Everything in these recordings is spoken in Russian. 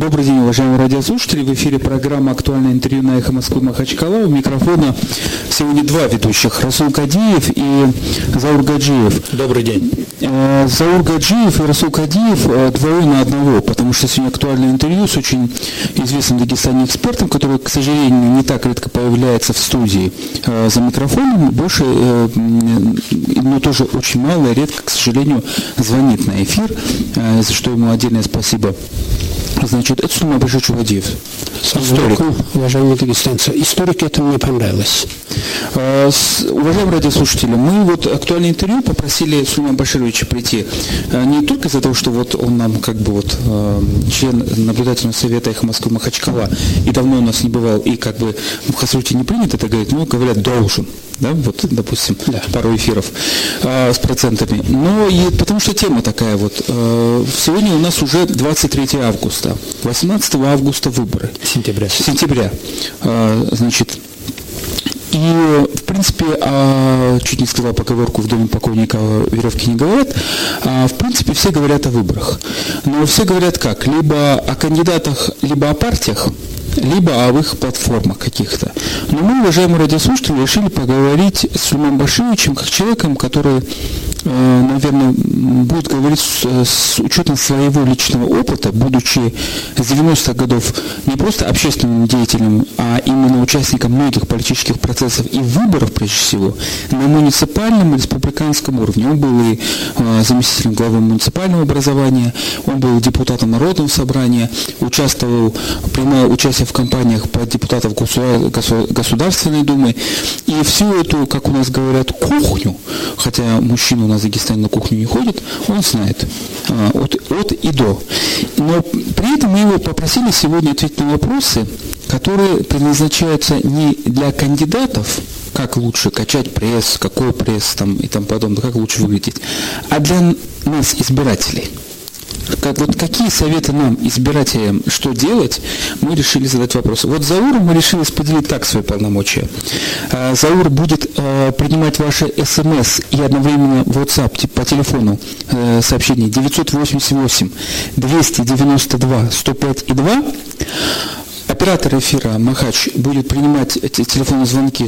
Добрый день, уважаемые радиослушатели. В эфире программа «Актуальное интервью» на Эхо Москвы Махачкала. У микрофона сегодня два ведущих: Расул Кадиев и Заур Гаджиев. Добрый день. Заур Гаджиев и Расул Кадиев двое на одного, потому что сегодня актуальное интервью с очень известным в Дагестане экспертом, который, к сожалению, не так редко появляется в студии за микрофоном, больше, но тоже очень мало и редко, к сожалению, звонит на эфир, за что ему отдельное спасибо. Значит, это Сулейман Чуладиев. Историк. Уважаемые дагестанцы, историки, это мне понравилось. Уважаемые радиослушатели, мы вот актуальное интервью попросили Сулеймана Башировича прийти не только из-за того, что вот он нам как бы вот член наблюдательного совета Эхо Москвы Махачкала, и давно у нас не бывал, и как бы в Хасруте не принято это говорить, но говорят должен. Да, вот, допустим, пару эфиров с процентами. Но и потому что тема такая вот. Сегодня у нас уже 23 августа. 18 августа выборы. Сентября. Значит, и, в принципе, чуть не сказал поговорку «в доме покойника веревки не говорят», в принципе, все говорят о выборах. Но все говорят как? Либо о кандидатах, либо о партиях, либо об их платформах каких-то. Но мы, уважаемые радиослушатели, решили поговорить с Сулейманом Башировичем как человеком, который, наверное, будет говорить с учетом своего личного опыта, будучи с 90-х годов не просто общественным деятелем, а именно участником многих политических процессов и выборов, прежде всего, на муниципальном и республиканском уровне. Он был и заместителем главы муниципального образования, он был депутатом Народного собрания, принимал участие в кампаниях под депутатов Государственной Думы. И всю эту, как у нас говорят, кухню, хотя мужчина у нас в Дагестане на кухню не ходит, он знает от и до. Но при этом мы его попросили сегодня ответить на вопросы, которые предназначаются не для кандидатов, как лучше качать пресс, какой пресс там, и тому подобное, как лучше выглядеть, а для нас, избирателей. Вот какие советы нам, избирателям, что делать, мы решили задать вопросы. Вот Зауру мы решили распределить так свои полномочия. Заур будет принимать ваши СМС и одновременно WhatsApp по телефону сообщение 988 292 105 и 2. Оператор эфира Махач будет принимать телефонные звонки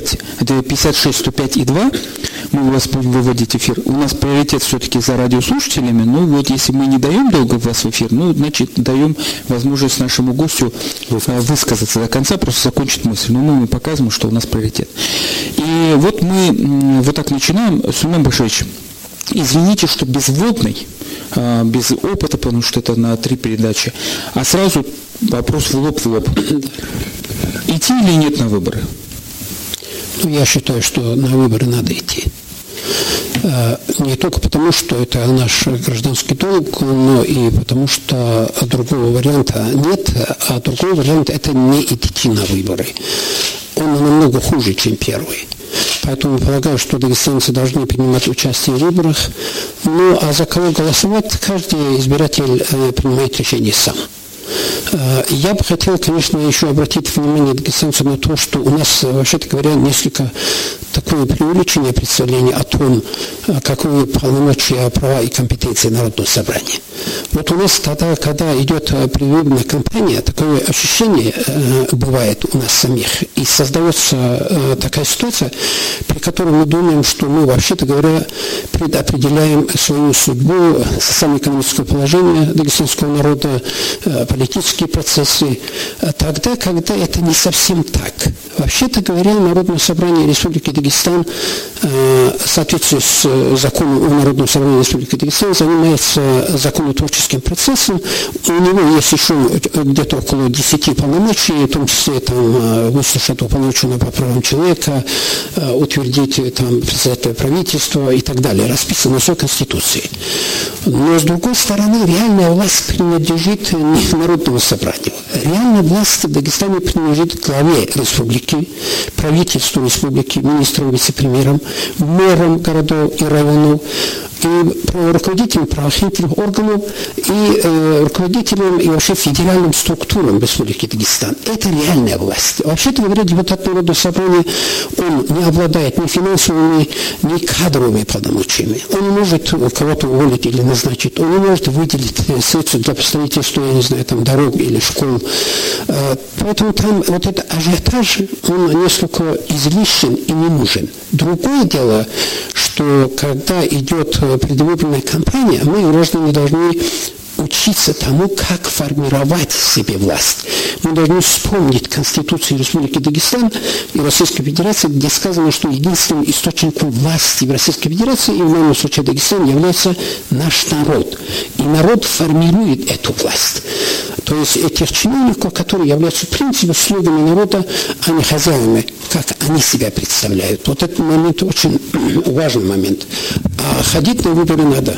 56 105 и 2. Мы у вас будем выводить эфир. У нас приоритет все-таки за радиослушателями. Ну вот если мы не даем долго вас в эфир, ну значит даем возможность нашему гостю высказаться до конца, просто закончить мысль. Но мы показываем, что у нас приоритет. И вот мы вот так начинаем. Сулейман Баширович, извините, что безводный, без опыта, потому что это на 3 передачи, а сразу вопрос в лоб. Идти или нет на выборы? Ну, я считаю, что на выборы надо идти. Не только потому, что это наш гражданский долг, но и потому, что другого варианта нет, а другого варианта это не идти на выборы. Он намного хуже, чем первый. Поэтому полагаю, что дагестанцы должны принимать участие в выборах. Ну, а за кого голосовать, каждый избиратель принимает решение сам. Я бы хотел, конечно, еще обратить внимание дагестанцев на то, что у нас, вообще-то говоря, несколько такое преувеличенное представление о том, какие полномочия, права и компетенции Народного собрания. Вот у нас тогда, когда идет предвыборная кампания, такое ощущение бывает у нас самих, и создается такая ситуация, при которой мы думаем, что мы, вообще-то говоря, предопределяем свою судьбу, социально-экономическое положение дагестанского народа, политические процессы, тогда, когда это не совсем так. Вообще-то говоря, Народное собрание Республики Дагестан в соответствии с законом о Народном собрании Республики Дагестан занимается законотворческим процессом. У него есть еще где-то около 10 полномочий, в том числе там, выслушать уполномоченного по правам человека, утвердить там, председателя правительства и так далее, расписано все Конституцией. Но с другой стороны, реальная власть принадлежит не Народному собранию. Реальная власть в Дагестане принадлежит главе республики, правительству республики, министру министром, вице-премьером, мэром городов и районов, и руководителем правоохранительных органов, и руководителем и вообще федеральным структурам Республики Дагестан. Это реальная власть. Вообще-то, говоря, депутат Народного собрания, он не обладает ни финансовыми, ни кадровыми полномочиями. Он не может кого-то уволить или назначить. Он не может выделить средства для строительства, я не знаю, там, дорог или школ. Поэтому там вот этот ажиотаж, он несколько излишен и не нужен. Другое дело, что когда идет предвыборная кампания, мы, граждане, должны учиться тому, как формировать себе власть. Мы должны вспомнить Конституцию Республики Дагестан и Российской Федерации, где сказано, что единственным источником власти в Российской Федерации, и в данном случае Дагестан, является наш народ. И народ формирует эту власть. То есть этих чиновников, которые являются в принципе слугами народа, а не хозяевами, как они себя представляют. Вот этот момент очень важный момент. А ходить на выборы надо.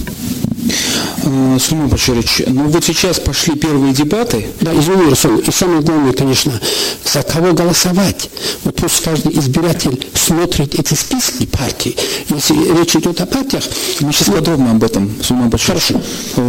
Сулейман Баширович, ну вот сейчас пошли первые дебаты. Да, извини, Расул, и самое главное, конечно, за кого голосовать. Вот пусть каждый избиратель смотрит эти списки партий. Если речь идет о партиях... Мы сейчас подробно об этом, Сулейман Баширович. Хорошо.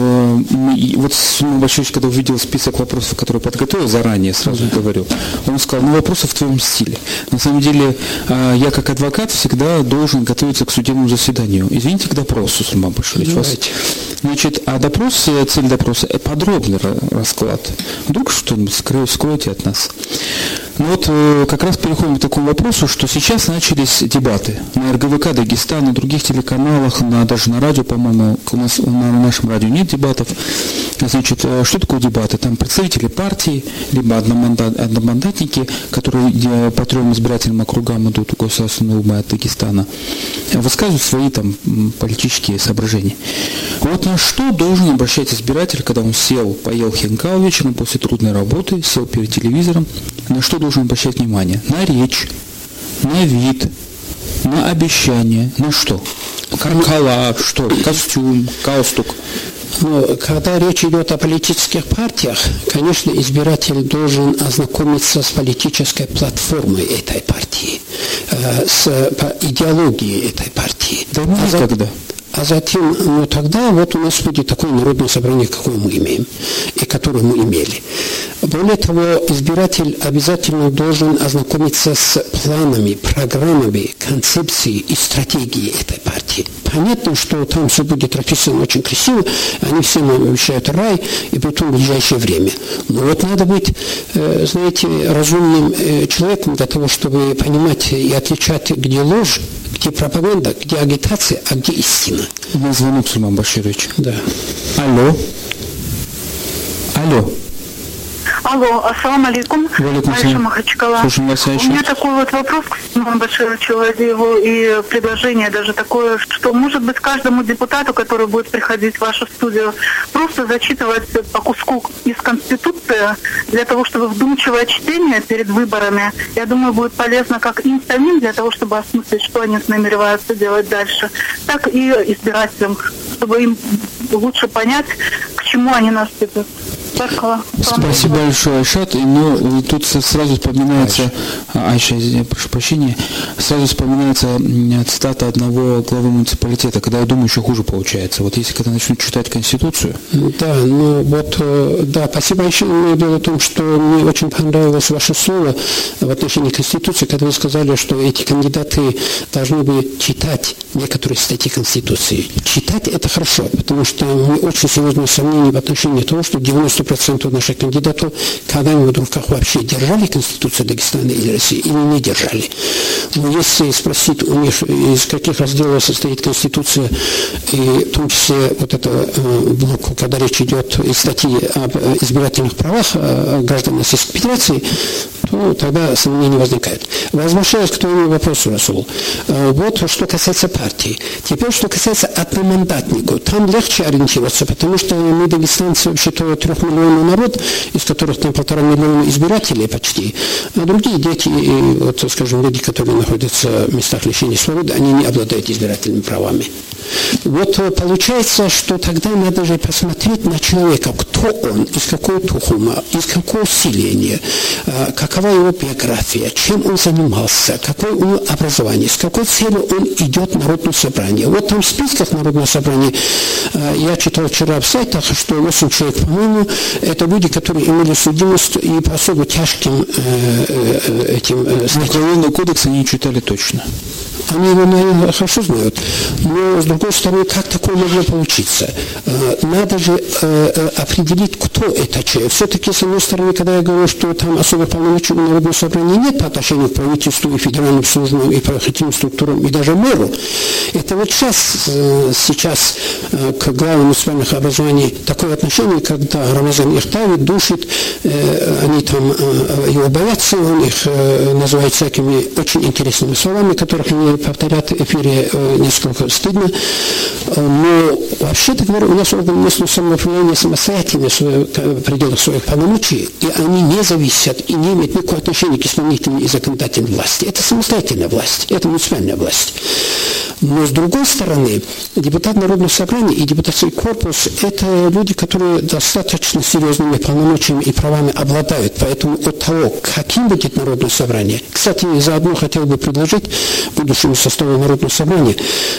Вот Сулейман Баширович, когда увидел список вопросов, которые подготовил заранее, сразу говорил, он сказал, ну вопросы в твоем стиле. На самом деле, я как адвокат всегда должен готовиться к судебному заседанию. Извините, к допросу, Сулейман Баширович. Значит, а допрос, цель допроса – подробный расклад. Вдруг что-нибудь скроете от нас. Ну вот как раз переходим к такому вопросу, что сейчас начались дебаты на РГВК Дагестана, на других телеканалах, даже на радио, по-моему, у нас на нашем радио нет дебатов. Значит, что такое дебаты? Там представители партии, либо одномандатники, которые по 3 избирательным округам идут у Государственной Думы от Дагестана, высказывают свои там политические соображения. Вот на что должен обращать избиратель, когда он сел, поел хинкал вечером после трудной работы, сел перед телевизором, на что должен обращать внимание? На речь, на вид, на обещание, на что? Каркала, что? Костюм, галстук. Но когда речь идет о политических партиях, конечно, избиратель должен ознакомиться с политической платформой этой партии, с идеологией этой партии. Да никогда. А затем, ну тогда вот у нас будет такое народное собрание, какое мы имеем, и которое мы имели. Более того, избиратель обязательно должен ознакомиться с планами, программами, концепцией и стратегией этой партии. Понятно, что там все будет расписано очень красиво, они все нам обещают рай, и притом в ближайшее время. Но вот надо быть, знаете, разумным человеком для того, чтобы понимать и отличать, где ложь, где пропаганда, где агитация, а где истина. У нас звонок, Сулейман Баширович. Да. Алло. Алло. Алло, ассаламу алейкум. Айша Махачкала. Слушаем вас, Айша. У меня такой вот вопрос к Сулейману Башировичу Вазиеву и предложение даже такое, что может быть каждому депутату, который будет приходить в вашу студию, просто зачитывать по куску из Конституции для того, чтобы вдумчивое чтение перед выборами, я думаю, будет полезно как им самим для того, чтобы осмыслить, что они намереваются делать дальше, так и избирателям, чтобы им лучше понять, к чему они нас ведут. Спасибо большое, Айшат. Ну, тут сразу вспоминается, Айша, я прошу прощения, сразу вспоминается цитата одного главы муниципалитета, когда я думаю, еще хуже получается. Вот если когда начнут читать Конституцию. Да, ну вот, да, спасибо еще. Дело в том, что мне очень понравилось ваше слово в отношении Конституции, когда вы сказали, что эти кандидаты должны бы читать некоторые статьи Конституции. Читать это хорошо, потому что мы очень серьезные сомнения в отношении того, что 90% наших кандидатов когда-нибудь в руках вообще держали Конституцию Дагестана или России, или не держали. Но если спросить у них, из каких разделов состоит Конституция, и в том числе вот это блок, когда речь идет из статьи об избирательных правах граждан Российской Федерации, то тогда сомнения возникают. Возвращаясь к твоему вопросу, Расул, вот что касается партии. Теперь, что касается одномандатников, там легче ориентироваться, потому что мы, дагестанцы, вообще-то 3-миллионный народ, из которых там 1,5 миллиона избирателей почти, а другие дети, вот, скажем, люди, которые находятся в местах лишения свободы, они не обладают избирательными правами. Вот получается, что тогда надо же посмотреть на человека, кто он, из какой тухума, из какого селения, какова его биография, чем он занимался, какое у него образование, с какой целью он идет в народное собрание. Вот там в списках народного собрания, я читал вчера в сайтах, что 8 человек, по-моему, это люди, которые имели судимость и по особо тяжким этим... Уголовный кодекс они читали точно. Они его, наверное, хорошо знают. Но, с другой стороны, как такое могло получиться? Надо же определить, кто это человек. Все-таки, с одной стороны, когда я говорю, что там особо полномочий у Народного собрания нет по отношению к правительству и федеральным службам, и правоохранительным структурам, и даже мэру, это вот сейчас к главам муниципальных образований такое отношение, когда Рамазан их давит, душит, они там его боятся, он их называет всякими очень интересными словами, которых они повторят в эфире, несколько стыдно. Но вообще-то говоря, у нас органы местного самоуправления самостоятельны в пределах своих полномочий, и они не зависят и не имеют никакого отношения к исполнительной и законодательной власти. Это самостоятельная власть, это муниципальная власть. Но с другой стороны, депутат Народного собрания и депутатский корпус – это люди, которые достаточно серьезными полномочиями и правами обладают. Поэтому от того, каким будет Народное собрание, кстати, заодно хотел бы предложить будущему составу Народного собрания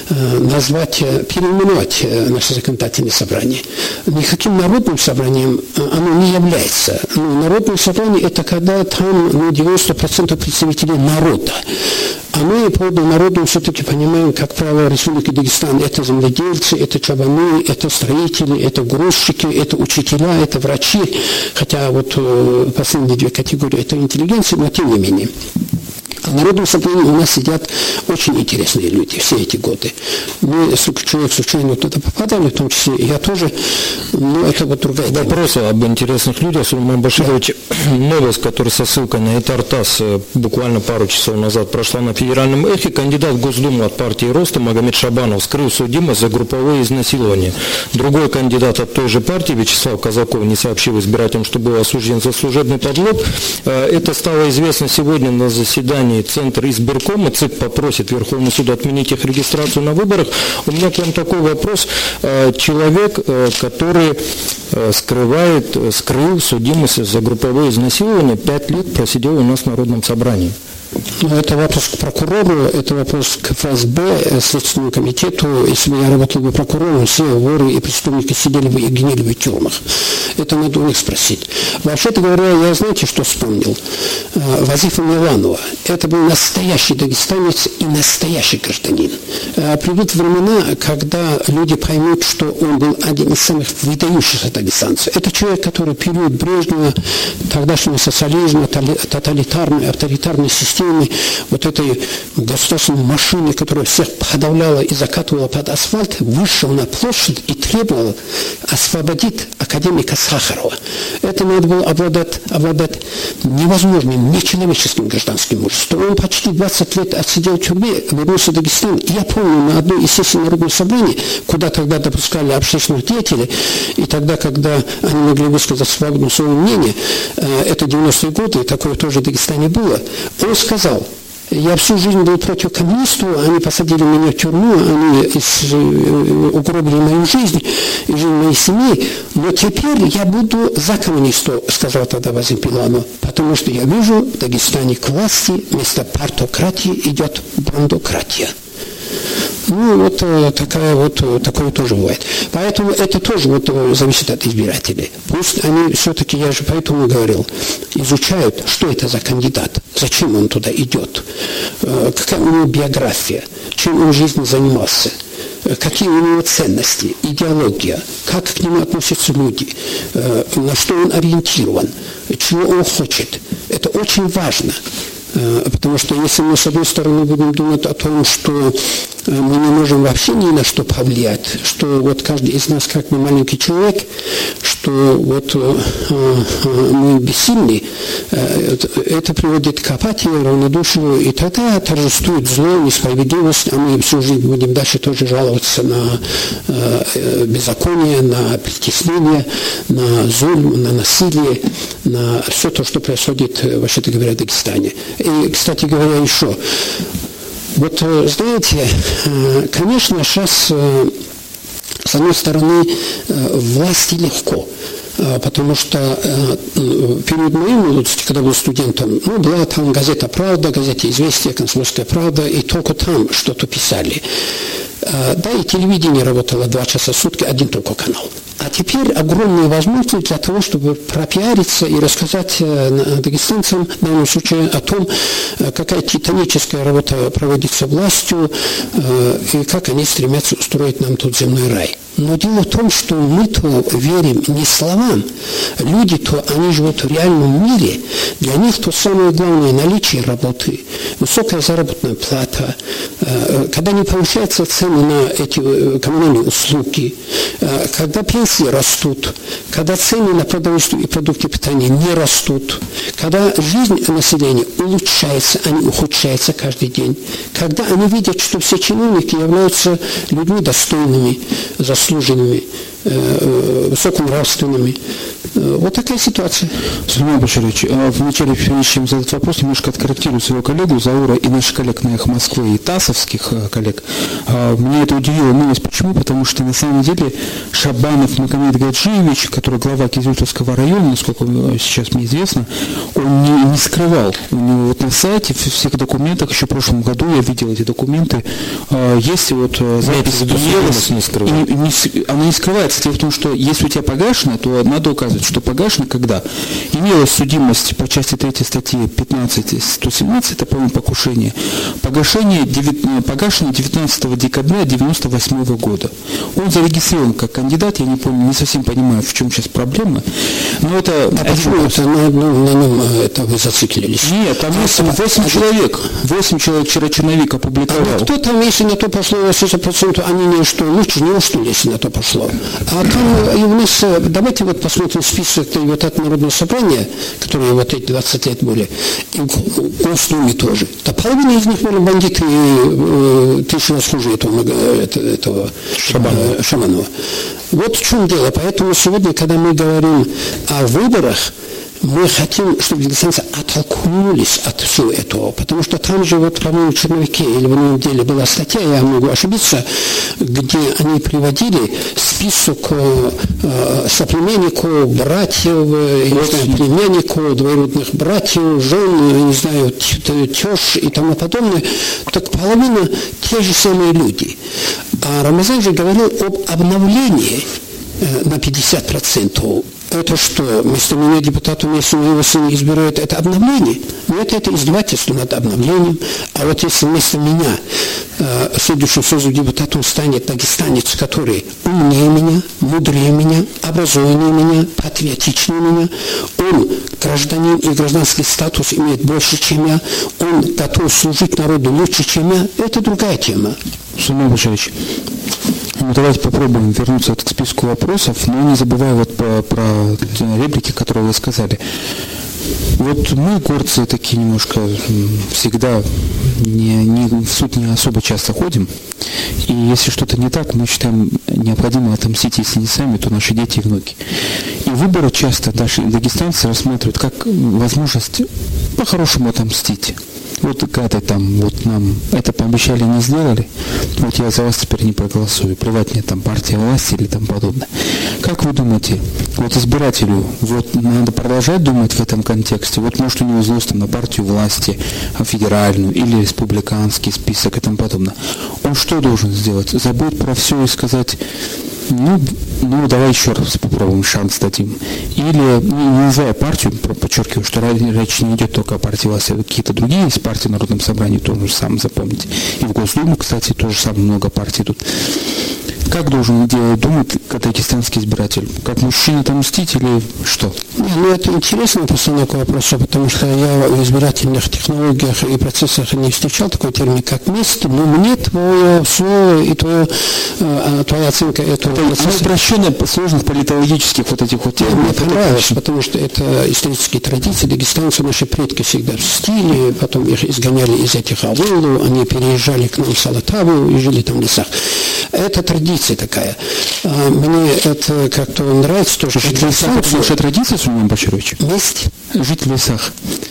переименовать наше законодательное собрание. Никаким народным собранием оно не является. Народное собрание – это когда там 90% представителей народа. А мы по народу все-таки понимаем, как правило, Республика Дагестан – это земледельцы, это чабаны, это строители, это грузчики, это учителя, это врачи. Хотя вот последние две категории – это интеллигенция, но тем не менее. В Народном собрании у нас сидят очень интересные люди все эти годы. Мы, человек случайно туда попадали, в том числе и я тоже, но это вот другая тема. Вопросы об интересных людях. Сулейман Баширович, новость, которая со ссылкой на Итартас буквально пару часов назад прошла на федеральном эхе. Кандидат в Госдуму от партии Роста Магомед Шабанов скрыл судимость за групповое изнасилование. Другой кандидат от той же партии, Вячеслав Казаков, не сообщил избирателям, что был осужден за служебный подлог. Это стало известно сегодня на заседании Центра избиркома. ЦИК попросит Верховный суд отменить их регистрацию на выборах. У меня к вам такой вопрос. Человек, который скрыл судимость за групповое изнасилование, 5 лет просидел у нас в Народном собрании. Это вопрос к прокурору, это вопрос к ФСБ, Следственному комитету. Если бы я работал бы прокурором, все воры и преступники сидели бы и гнили бы в тюрьмах. Это надо у них спросить. Вообще-то говоря, я знаете, что вспомнил? Вазифа Миланова. Это был настоящий дагестанец и настоящий гражданин. Придут времена, когда люди поймут, что он был один из самых выдающихся дагестанцев. Это человек, который период Брежнева, тогдашнего социализма, тоталитарной, авторитарной системы, вот этой государственной машины, которая всех подавляла и закатывала под асфальт, вышел на площадь и требовал освободить академика Сахарова. Это надо было обладать невозможным, нечеловеческим гражданским мужеством. Он почти 20 лет отсидел в тюрьме, вернулся в Дагестан. Я помню на одной из сессий Народного собрания, куда тогда допускали общественных деятелей, и тогда, когда они могли высказать свободное свое мнение, это 90-е годы, и такое тоже в Дагестане было, он сказал: я всю жизнь был против коммунистов, они посадили меня в тюрьму, они угробили мою жизнь и жизнь моей семьи, но теперь я буду за коммунистов, сказал тогда Вазим Пиланов, потому что я вижу, в Дагестане к власти вместо партократии идет бандократия. Вот такое тоже бывает. Поэтому это тоже зависит от избирателей. Пусть они все-таки, я же поэтому говорил, изучают, что это за кандидат, зачем он туда идет, какая у него биография, чем он в жизни занимался, какие у него ценности, идеология, как к нему относятся люди, на что он ориентирован, чего он хочет. Это очень важно. Потому что если мы, с одной стороны, будем думать о том, что мы не можем вообще ни на что повлиять, что вот каждый из нас как бы маленький человек, что вот мы бессильны, это приводит к апатии, равнодушию, и тогда торжествует зло, несправедливость, а мы всю жизнь будем дальше тоже жаловаться на беззаконие, на притеснение, на зульм, на насилие, на все то, что происходит, вообще-то говоря, в Дагестане. И, кстати говоря, еще Вот, знаете, конечно, сейчас, с одной стороны, власти легко. Потому что в период моей молодости, когда был студентом, была там газета «Правда», газета «Известия», «Комсомольская правда», и только там что-то писали. Да, и телевидение работало 2 часа в сутки, один только канал. А теперь огромные возможности для того, чтобы пропиариться и рассказать дагестанцам, в данном случае, о том, какая титаническая работа проводится властью, и как они стремятся устроить нам тут земной рай. Но дело в том, что мы-то верим не словам. Люди-то, они живут в реальном мире. Для них то самое главное – наличие работы, высокая заработная плата, когда не повышаются цены на эти коммунальные услуги, когда пенсии растут, когда цены на продовольствие и продукты питания не растут, когда жизнь населения улучшается, а не ухудшается каждый день, когда они видят, что все чиновники являются людьми достойными, заслуженными, высоконравственными. Вот такая ситуация. Сулейман Баширович, вначале, прежде чем задать вопрос, немножко откорректирую своего коллегу Заура и наших коллег на «Эхо Москвы» и ТАССовских коллег. Меня это удивило новость. Почему? Потому что на самом деле Шабанов Магомед Гаджиевич, который глава Кизилтовского района, насколько сейчас мне известно, он не скрывал. У него вот на сайте, в всех документах, еще в прошлом году я видел эти документы, есть вот запись она не скрывается. Дело в том, что если у тебя погашено, то надо указывать, что погашено когда? Имелась судимость по части 3 статьи 15-117, это, по-моему, покушение. Погашено 19 декабря 1998 года. Он зарегистрирован как кандидат, я не совсем понимаю, в чем сейчас проблема. Но это... почему это на нем это вы зациклились? Нет, там есть 8 человек. 8 человек вчера черновик опубликовал. Кто там, если на то пошло 80%, они не что, лучше не что, если на то пошло. А там и у нас, давайте вот посмотрим список вот от Народного собрания, которые вот эти 20 лет были, и Госдуме тоже. Да половина из них были бандиты и 1000 раз хуже этого Шабанова. Вот в чем дело. Поэтому сегодня, когда мы говорим о выборах, мы хотим, чтобы дагестанцы оттолкнулись от всего этого, потому что там же, вот, по-моему, в черновике или в одном деле была статья, я могу ошибиться, где они приводили список соплеменников, братьев, племянников, двоюродных братьев, жен, не знаю, тещ и тому подобное. Так половина те же самые люди. А Рамазан же говорил об обновлении на 50%. Это что, вместо меня депутату вместо моего сына избирают, это обновление? Нет, это издевательство над обновлением. А вот если вместо меня следующим созыв депутатом станет дагестанец, который умнее меня, мудрее меня, образованнее меня, патриотичнее меня, он гражданин и гражданский статус имеет больше, чем я, он готов служить народу лучше, чем я, это другая тема. Сулейман Баширович, давайте попробуем вернуться к списку вопросов, но не забывая вот про реплики, которые вы сказали. Вот мы, горцы, такие немножко всегда в суд не особо часто ходим. И если что-то не так, мы считаем необходимо отомстить, если не сами, то наши дети и внуки. И выборы часто наши дагестанцы рассматривают как возможность по-хорошему отомстить. Вот когда там, вот нам это пообещали, не сделали, вот я за вас теперь не проголосую, плевать мне там партия власти или там подобное. Как вы думаете, вот избирателю, вот надо продолжать думать в этом контексте, вот может у него злость там на партию власти, федеральную или республиканский список и тому подобное. Он что должен сделать? Забыть про все и сказать, ну давай еще раз попробуем, шанс дадим. Или, не называя партию, подчеркиваю, что речь не идет только о партии власти, а какие-то другие есть партии в Народном собрании, тоже сам запомните. И в Госдуму, кстати, тоже самое много партий тут. Как должен думать дагестанский избиратель? Как мужчина отомстить или что? Это интересная постановка вопроса, потому что я в избирательных технологиях и процессах не встречал такой термин, как месть, но мне твое слово и твоя оценка этого процесса... Это упрощенно сложных политологических вот этих вот терминов. Мне понравилось, потому что это исторические традиции. Дагестанцы, наши предки всегда мстили, потом их изгоняли из этих аулов, они переезжали к нам в Салатаву и жили там в лесах. Это традиция такая. Мне это как-то нравится тоже. Жить в лесах – это наша традиция, Сулейман Баширович? Месть. Жить в лесах.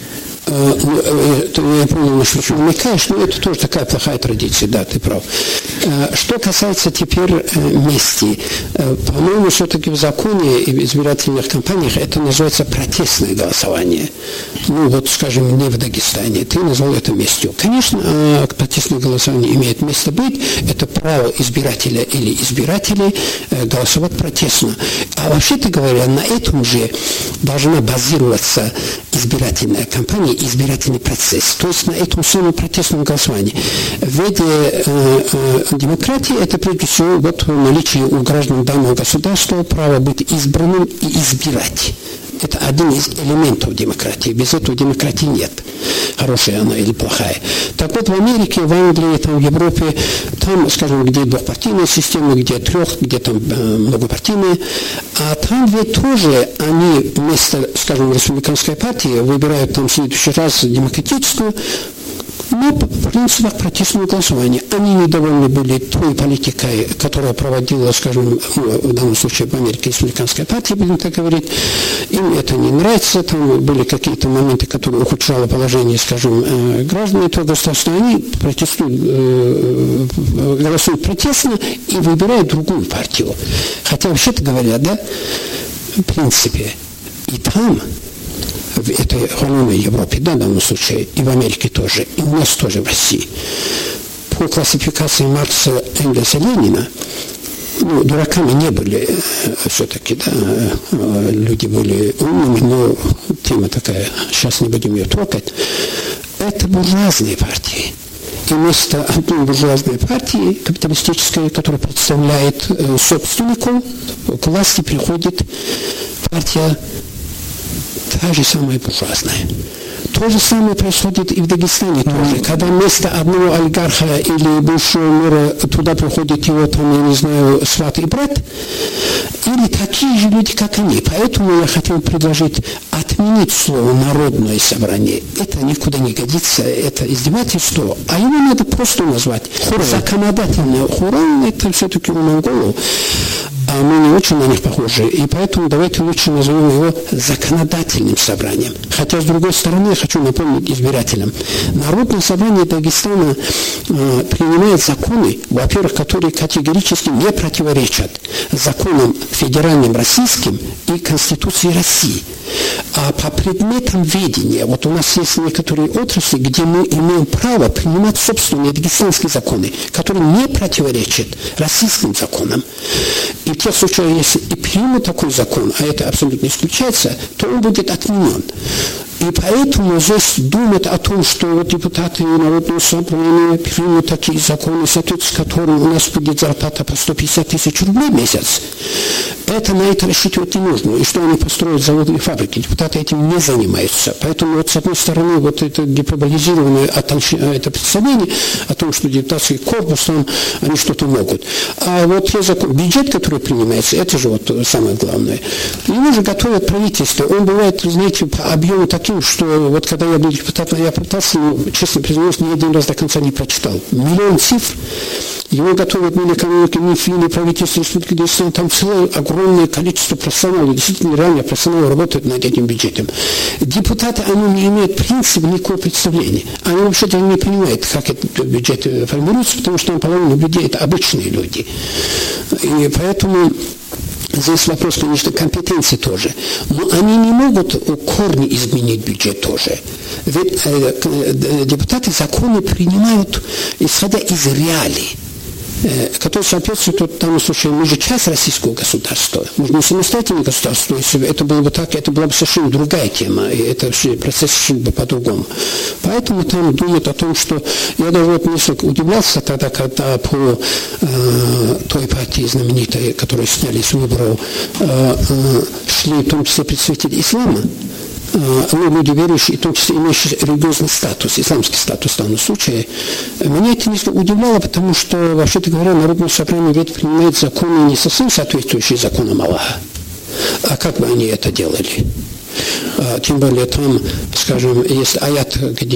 Я понял, на что намекаешь, но это тоже такая плохая традиция, да, ты прав. Что касается теперь мести, по-моему, все-таки в законе и в избирательных кампаниях это называется протестное голосование. Ну, вот, скажем, не в Дагестане. Ты назвал это местью. Конечно, протестное голосование имеет место быть. Это право избирателя или избирателей голосовать протестно. А вообще-то говоря, на этом же должна базироваться избирательная кампания, избирательный процесс. То есть на этом самом протестном голосовании. В виде демократии это прежде всего вот наличие у граждан данного государства права быть избранным и избирать. Это один из элементов демократии. Без этого демократии нет. Хорошая она или плохая. Так вот, в Америке, в Англии, там, в Европе, там, скажем, где двухпартийная система, где трех, где там многопартийная, а там ведь тоже они вместо, скажем, республиканской партии выбирают там в следующий раз демократическую, но в принципах протестного голосования. Они недовольны были той политикой, которая проводила, скажем, в данном случае в Америке республиканская партия, будем так говорить. Им это не нравится, там были какие-то моменты, которые ухудшало положение, скажем, граждан этого государства. Они протестуют, голосуют протестно и выбирают другую партию. Хотя, вообще-то говоря, да, в принципе, и там, в этой хваленой Европе, да, в данном случае, и в Америке тоже, и у нас тоже в России, по классификации Маркса, Энгельса, Ленина, ну, дураками не были все-таки, да, люди были умными, но тема такая, сейчас не будем ее трогать, это буржуазные партии. И вместо одной буржуазной партии, капиталистической, которая представляет собственников, к власти приходит партия та же самая буржуазная. То же самое происходит и в Дагестане тоже. Когда вместо одного олигарха или бывшего мэра туда приходит его, там, я не знаю, сват и брат, или такие же люди, как они. Поэтому я хотел предложить отменить слово «народное собрание». Это никуда не годится, это издевательство. А его надо просто назвать законодательное. Хурал – это все-таки у монголов. А мы не очень на них похожи, и поэтому давайте лучше назовем его законодательным собранием. Хотя, с другой стороны, я хочу напомнить избирателям, Народное собрание Дагестана принимает законы, во-первых, которые категорически не противоречат законам федеральным российским и Конституции России. А по предметам ведения, вот у нас есть некоторые отрасли, где мы имеем право принимать собственные дагестанские законы, которые не противоречат российским законам. И в тех случаях, если и примут такой закон, а это абсолютно исключается, то он будет отменен. И поэтому здесь думать о том, что вот депутаты Народного собрания примут такие законы, в соответствии с которыми у нас будет зарплата по 150 тысяч рублей в месяц, это на это рассчитывать не нужно. И что они построят заводы и фабрики. Депутаты этим не занимаются. Поэтому вот с одной стороны вот это гиперболизированное это представление о том, что депутатский корпус, там, они что-то могут. А вот бюджет, который принимается, это же вот самое главное. Его же готовят правительство. Он бывает, знаете, по объему таким, что вот когда я был депутатом, я пытался, честно признаюсь, ни один раз до конца не прочитал. Миллион цифр. Его готовят Минэкономики, Минфин, правительство Республики Дагестан. Там целое огромное количество профессионалов, действительно реально профессионалы работают над этим бюджетом. Депутаты, они не имеют в принципе никакого представления. Они вообще даже не понимают, как этот бюджет формируется, потому что там половина людей это обычные люди. И поэтому здесь вопрос, конечно, компетенции тоже. Но они не могут корни изменить бюджет тоже. Ведь депутаты законы принимают, исходя из реалий, которые соответствуют в данном случае, мы же часть российского государства, мы же не самостоятельное государство, если это было бы так, это была бы совершенно другая тема, и это процесс шел бы по-другому. Поэтому там думают о том, что я даже вот несколько удивлялся тогда, когда по той партии знаменитой, которую сняли с выборов, шли в том числе представители ислама, люди верующие, в том числе имеющие религиозный статус, исламский статус в данном случае. Меня это несколько удивляло, потому что, вообще-то говоря, Народное собрание ведь принимает законы не совсем соответствующие законам Аллаха. А как бы они это делали? Тем более там, скажем, есть аят, где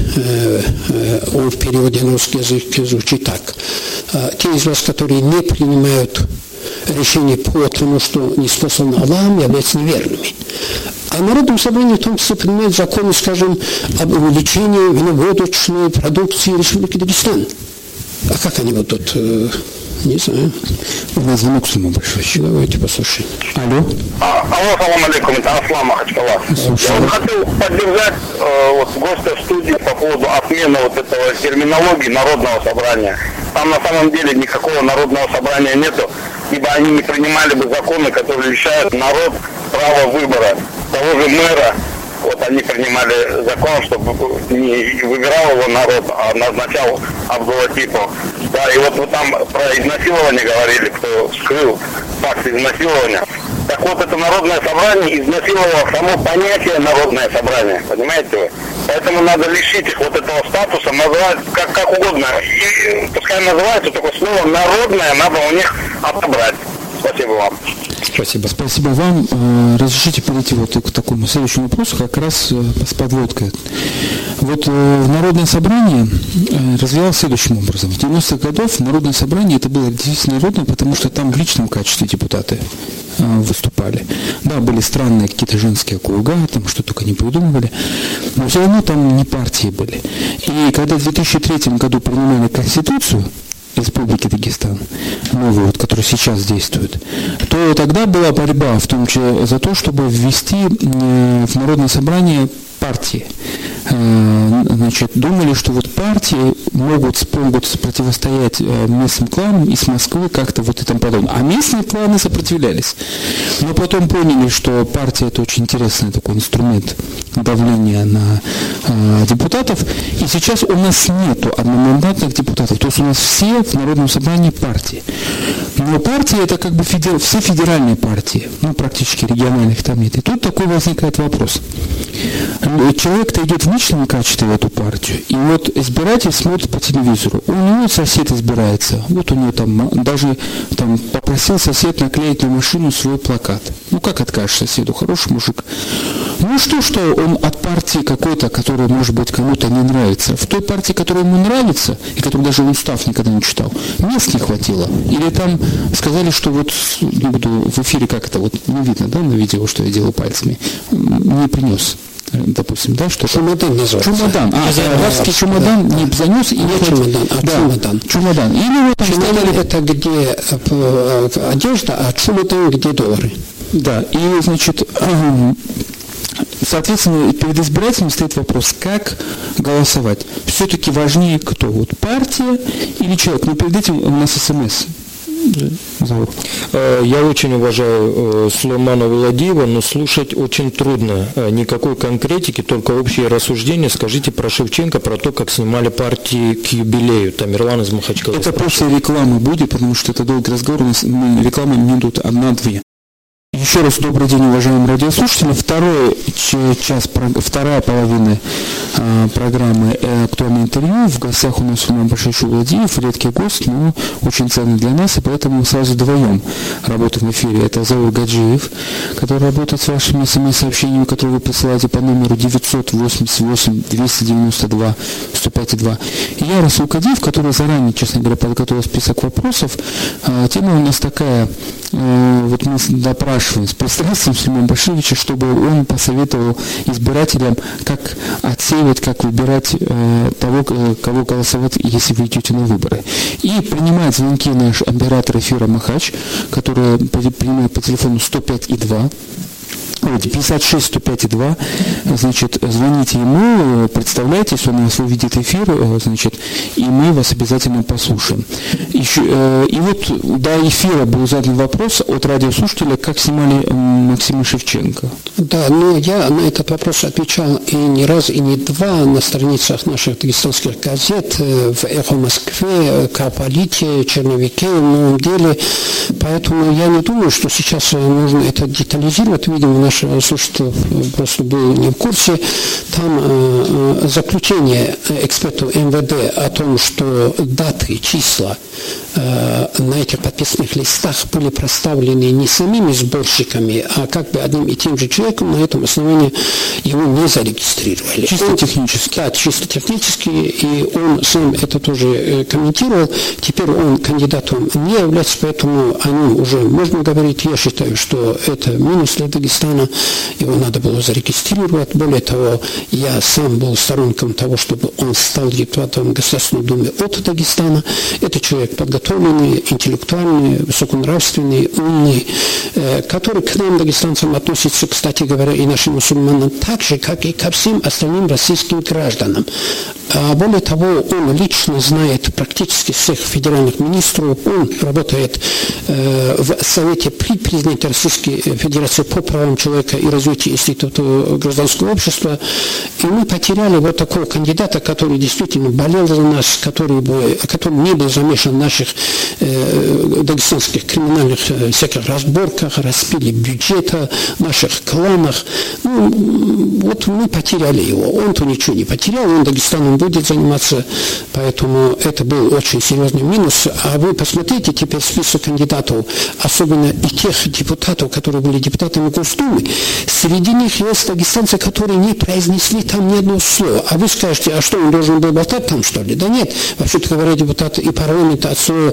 он в переводе на русский язык звучит так. Те из вас, которые не принимают решение по тому, что не спослано Аллахом, являются неверными. А народное собрание в том числе принимает законы, скажем, об увеличении виноводочной продукции Республики Дагестан. А как они вот тут, не знаю. У нас звонок сумма большой. Давайте послушаем. Алло. Алло, салам алейкум, это Аслан Махачкала. Я вот хотел поддержать гостя в студии по поводу отмены вот этого терминологии народного собрания. Там на самом деле никакого народного собрания нету, ибо они не принимали бы законы, которые лишают народ права выбора. Того же мэра, вот они принимали закон, чтобы не выбирал его народ, а назначал Абдулатипов. Да, и вот вы там про изнасилование говорили, кто вскрыл факт изнасилования. Так вот, это народное собрание изнасиловало само понятие народное собрание, понимаете вы? Поэтому надо лишить их вот этого статуса, назвать как угодно. И пускай называется только слово народное, надо у них отобрать. Спасибо вам. Спасибо. Спасибо вам. Разрешите перейти вот к такому следующему вопросу, как раз с подводкой. Вот Народное собрание развивалось следующим образом. В 90-х годах Народное собрание это было действительно народное, потому что там в личном качестве депутаты выступали. Да, были странные какие-то женские округа, там что только не придумывали, но все равно там не партии были. И когда в 2003 году принимали Конституцию Республики Дагестан, новую, вот, которая сейчас действует, то тогда была борьба в том числе за то, чтобы ввести в Народное собрание партии. Значит, думали, что вот партии могут противостоять местным кланам из Москвы как-то вот и тому подобное. А местные кланы сопротивлялись. Но потом поняли, что партия это очень интересный такой инструмент давления на депутатов. И сейчас у нас нету одномандатных депутатов. То есть у нас все в Народном собрании партии. Но партии это как бы все федеральные партии. Ну, практически региональных там нет. И тут такой возникает вопрос. Человек-то идет в личном качестве в эту партию, и вот избиратель смотрит по телевизору, у него сосед избирается, вот у него там даже там попросил сосед наклеить на машину свой плакат. Ну как откажешь соседу, хороший мужик. Ну что он от партии какой-то, которая, может быть, кому-то не нравится, в той партии, которая ему нравится, и которую даже устав никогда не читал, мест не хватило. Или там сказали, что вот, не буду в эфире как это, вот не видно, да, на видео, что я делаю пальцами, не принес. Допустим, да, что чемодан называется. Чемодан. Арабский чемодан не занес и не чемодан, а чемодан. Чемодан. Или вот чемодан это где одежда, а чемодан где доллары. Да, и значит, соответственно, перед избирателем стоит вопрос, как голосовать. Все-таки важнее кто? Вот партия или человек? Но перед этим у нас СМС. Я очень уважаю Сулеймана Владиева, но слушать очень трудно. Никакой конкретики, только общие рассуждения. Скажите про Шевченко, про то, как снимали партии к юбилею. Тамерлан из Махачкалы. Это после рекламы будет, потому что это долгий разговор. У нас рекламы минут 1-2. Еще раз добрый день, уважаемые радиослушатели. Вторая половина программы «Актуальное интервью». В гостях у нас Сулейман Баширович Владиев, редкий гость, но очень ценный для нас, и поэтому мы сразу вдвоем работаем в эфире. Это Заур Гаджиев, который работает с вашими смс-сообщениями, которые вы присылаете по номеру 988-292-105-2. И я, Расул Кадиев, который заранее, честно говоря, подготовил список вопросов. Тема у нас такая, вот мы допрашиваем с пристрастием Сулеймана Башировича, чтобы он посоветовал избирателям, как отсеивать, как выбирать того, кого голосовать, если вы идете на выборы. И принимает звонки наш оператор эфира Махач, который принимает по телефону 105,2. 56-105-2, значит, звоните ему, представляйтесь, он вас увидит эфир, значит, и мы вас обязательно послушаем. Еще, и вот до эфира был задан вопрос от радиослушателя, как снимали Максима Шевченко. Да, но я на этот вопрос отвечал и не раз, и не два на страницах наших дагестанских газет, в «Эхо Москве», «Каполите», «Черновике», в «Новом деле», поэтому я не думаю, что сейчас нужно это детализировать, видимо, наш слушатель просто был не в курсе. Там заключение экспертов МВД о том, что даты, числа на этих подписных листах были проставлены не самими сборщиками, а как бы одним и тем же человеком, на этом основании его не зарегистрировали. Чисто технически. Да, чисто технически, и он сам это тоже комментировал. Теперь он кандидатом не является, поэтому о нем уже можно говорить. Я считаю, что это минус для Дагестана. Дагестана, его надо было зарегистрировать. Более того, я сам был сторонником того, чтобы он стал депутатом Государственной Думы от Дагестана. Это человек подготовленный, интеллектуальный, высоконравственный, умный, который к нам, дагестанцам, относится, кстати говоря, и нашим мусульманам так же, как и ко всем остальным российским гражданам. А более того, он лично знает практически всех федеральных министров, он работает в Совете при президенте Российской Федерации по правам человека и развитию института гражданского общества. И мы потеряли вот такого кандидата, который действительно болел за нас, который не был замешан в наших дагестанских криминальных всяких разборках, распиле бюджета, наших кланах. Ну, вот мы потеряли его. Он-то ничего не потерял, он Дагестаном будет заниматься, поэтому это был очень серьезный минус. А вы посмотрите теперь список кандидатов, особенно и тех депутатов, которые были депутатами Госдумы. Среди них есть дагестанцы, которые не произнесли там ни одного слова. А вы скажете, а что, он должен был болтать там, что ли? Да нет. Вообще-то говоря, депутаты и парламента от слова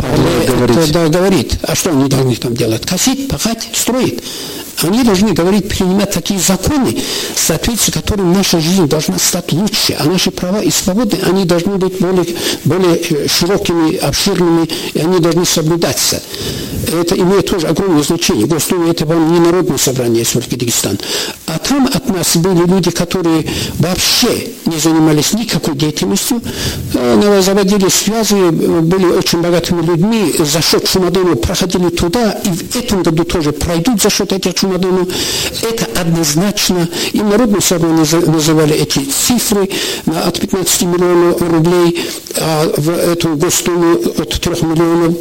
говорит. А что они должны там делать? Косить, пахать, строить? Они должны говорить, принимать такие законы, в соответствии с которыми наша жизнь должна стать лучше, а наши права и свободы, они должны быть более широкими, обширными, и они должны соблюдаться. Это имеет тоже огромное значение. Госдума — это вам не народное собрание Республики Дагестан. А там от нас были люди, которые вообще не занимались никакой деятельностью, заводили связи, были очень богатыми людьми, за счет Чумадона проходили туда, и в этом году тоже пройдут за счет этих Чумадонов. Это однозначно. И народное собрание называли эти цифры от 15 миллионов рублей, а в эту Госдуму от 3 миллионов.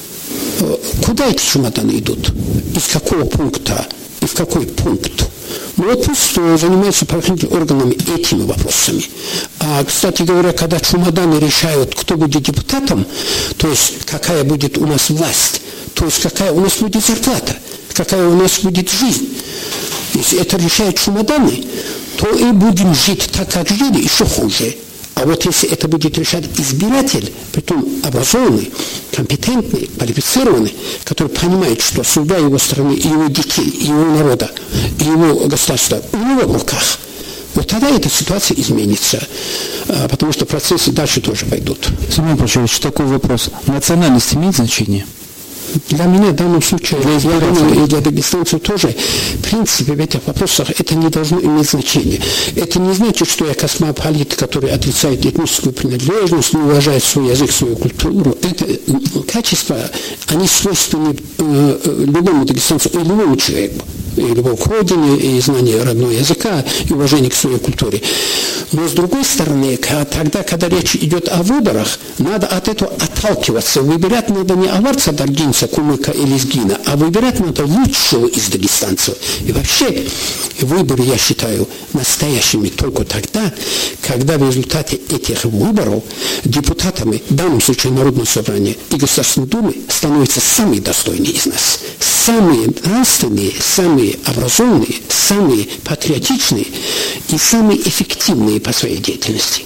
Куда эти чемоданы идут? Из какого пункта? И в какой пункт? Ну вот пусть занимаются правоохранительными органами этими вопросами. А, кстати говоря, когда чемоданы решают, кто будет депутатом, то есть какая будет у нас власть, то есть какая у нас будет зарплата, какая у нас будет жизнь. Если это решают чемоданы, то и будем жить так, как жили, еще хуже. А вот если это будет решать избиратель, притом образованный, компетентный, квалифицированный, который понимает, что судьба его страны, и его детей, и его народа, и его государства у него в руках, вот тогда эта ситуация изменится, потому что процессы дальше тоже пойдут. Семен Павлович, такой вопрос. Национальность имеет значение? Для меня в данном случае, я думаю, и для дагестанцев тоже, в принципе, в этих вопросах это не должно иметь значения. Это не значит, что я космополит, который отрицает этническую принадлежность, не уважает свой язык, свою культуру. Это качества, они свойственны любому дагестанцу и любому человеку. И любовь к родине, и знание родного языка, и уважение к своей культуре. Но с другой стороны, тогда, когда речь идет о выборах, надо от этого отталкиваться. Выбирать надо не аварца, даргинца, кумыка или лезгина, а выбирать надо лучшего из дагестанцев. И вообще, выборы, я считаю, настоящими только тогда, когда в результате этих выборов депутатами, в данном случае Народного собрания и Государственной Думы, становятся самые достойные из нас. Самые нравственные, самые образованные, самые патриотичные и самые эффективные по своей деятельности.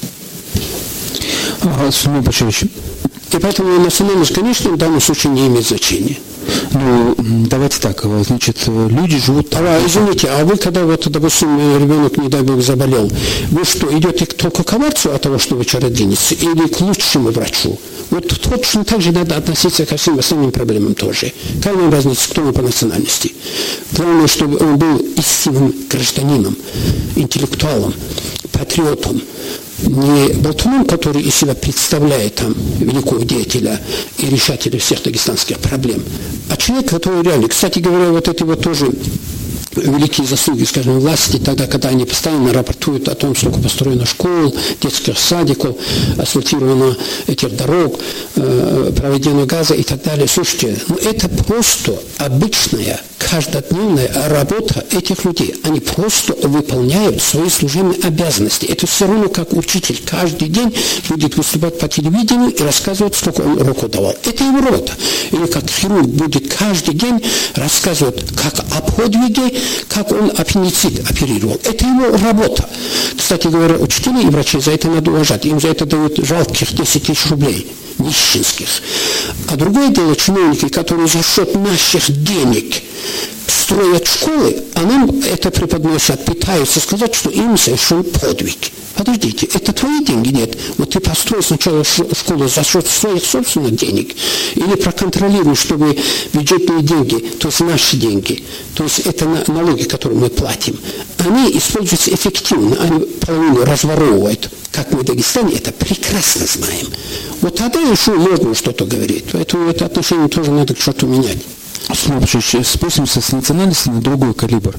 Семен Павлович. И поэтому национальность, конечно, в данном случае не имеет значения. Ну, давайте так, значит, люди живут... Извините, а вы когда, вот, допустим, ребенок, не дай бог, заболел, вы что, идете только к аварцу от того, что вы чародейница, или к лучшему врачу? Вот точно так же надо относиться ко всем остальным проблемам тоже. Какая вам разница, кто он по национальности? Главное, чтобы он был истинным гражданином, интеллектуалом, патриотом, не болтуном, который из себя представляет там великого деятеля и решателя всех дагестанских проблем, а человек, который реально, кстати говоря, вот эти вот тоже великие заслуги, скажем, власти, тогда, когда они постоянно рапортуют о том, сколько построено школ, детских садиков, асфальтировано этих дорог, проведено газа и так далее. Слушайте, ну это просто обычная, каждодневная работа этих людей. Они просто выполняют свои служебные обязанности. Это все равно, как учитель каждый день будет выступать по телевидению и рассказывать, сколько он уроку давал. Это его работа. Или как хирург будет каждый день рассказывать, как о подвиге, как он аппендицит оперировал. Это его работа. Кстати говоря, учителей и врачей за это надо уважать. Им за это дают жалких 10 тысяч рублей, нищенских. А другое дело чиновники, которые за счет наших денег строят школы, а нам это преподносят, пытаются сказать, что им совершен подвиг. Подождите, это твои деньги? Нет. Вот ты построй сначала школу за счет своих собственных денег или проконтролируй, чтобы бюджетные деньги, то есть наши деньги, то есть это налоги, которые мы платим, они используются эффективно, они половину разворовывают. Как мы в Дагестане это прекрасно знаем. Вот тогда еще можно что-то говорить. Поэтому это отношение тоже надо что-то менять. Спустимся с национальности на другой калибр.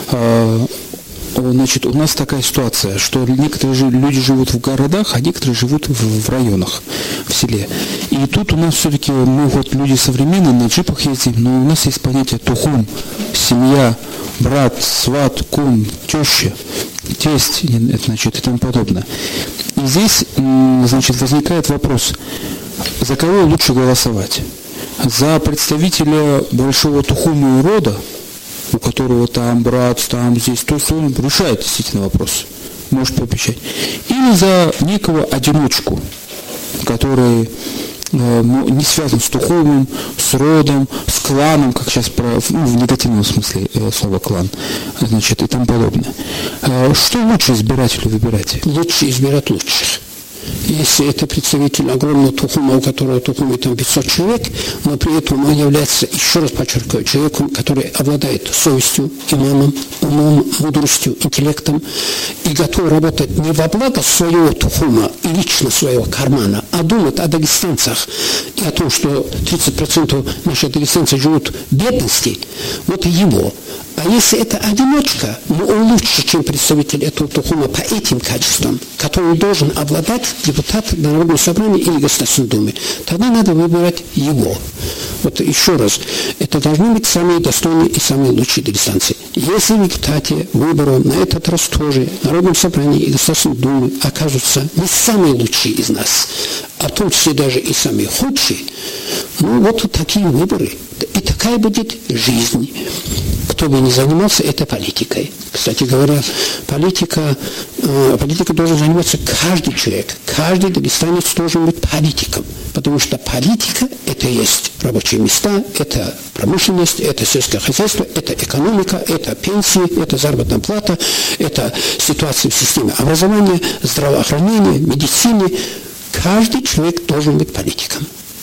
Значит, у нас такая ситуация, что некоторые люди живут в городах, а некоторые живут в районах, в селе. И тут у нас все-таки, мы вот люди современные, на джипах ездим, но у нас есть понятие тухум, семья, брат, сват, кум, теща, тесть, значит, и тому подобное. И здесь, значит, возникает вопрос, за кого лучше голосовать? За представителя большого тухума и рода, у которого там брат, там здесь, то есть он решает действительно вопрос, может пообещать. Или за некого одиночку, который не связан с тухумом, с родом, с кланом, как сейчас в негативном смысле слова клан, значит, и тому подобное. Что лучше избирателю выбирать? Лучше избирать лучших. Если это представитель огромного тухума, у которого тухуме там 500 человек, но при этом он является, еще раз подчеркиваю, человеком, который обладает совестью, иманом, умом, мудростью, интеллектом и готов работать не во благо своего тухума и лично своего кармана, а думает о дагестанцах и о том, что 30% наших дагестанцев живут в бедности, вот и его. А если это одиночка, но он лучше, чем представитель этого тухума по этим качествам, который должен обладать депутат Народного собрания или Государственной Думы, тогда надо выбирать его. Вот еще раз, это должны быть самые достойные и самые лучшие дагестанцы. Если в результате выборов на этот раз тоже в Народном собрании и Государственной Думы окажутся не самые лучшие из нас, а в том числе даже и самые худшие, ну вот такие выборы. И такая будет жизнь. Кто бы ни занимался этой политикой. Кстати говоря, политика должен заниматься каждый человек. Каждый дагестанец должен быть политиком. Потому что политика – это есть рабочие места, это промышленность, это сельское хозяйство, это экономика, это пенсии, это заработная плата, это ситуация в системе образования, здравоохранения, медицины. Каждый человек должен быть политиком.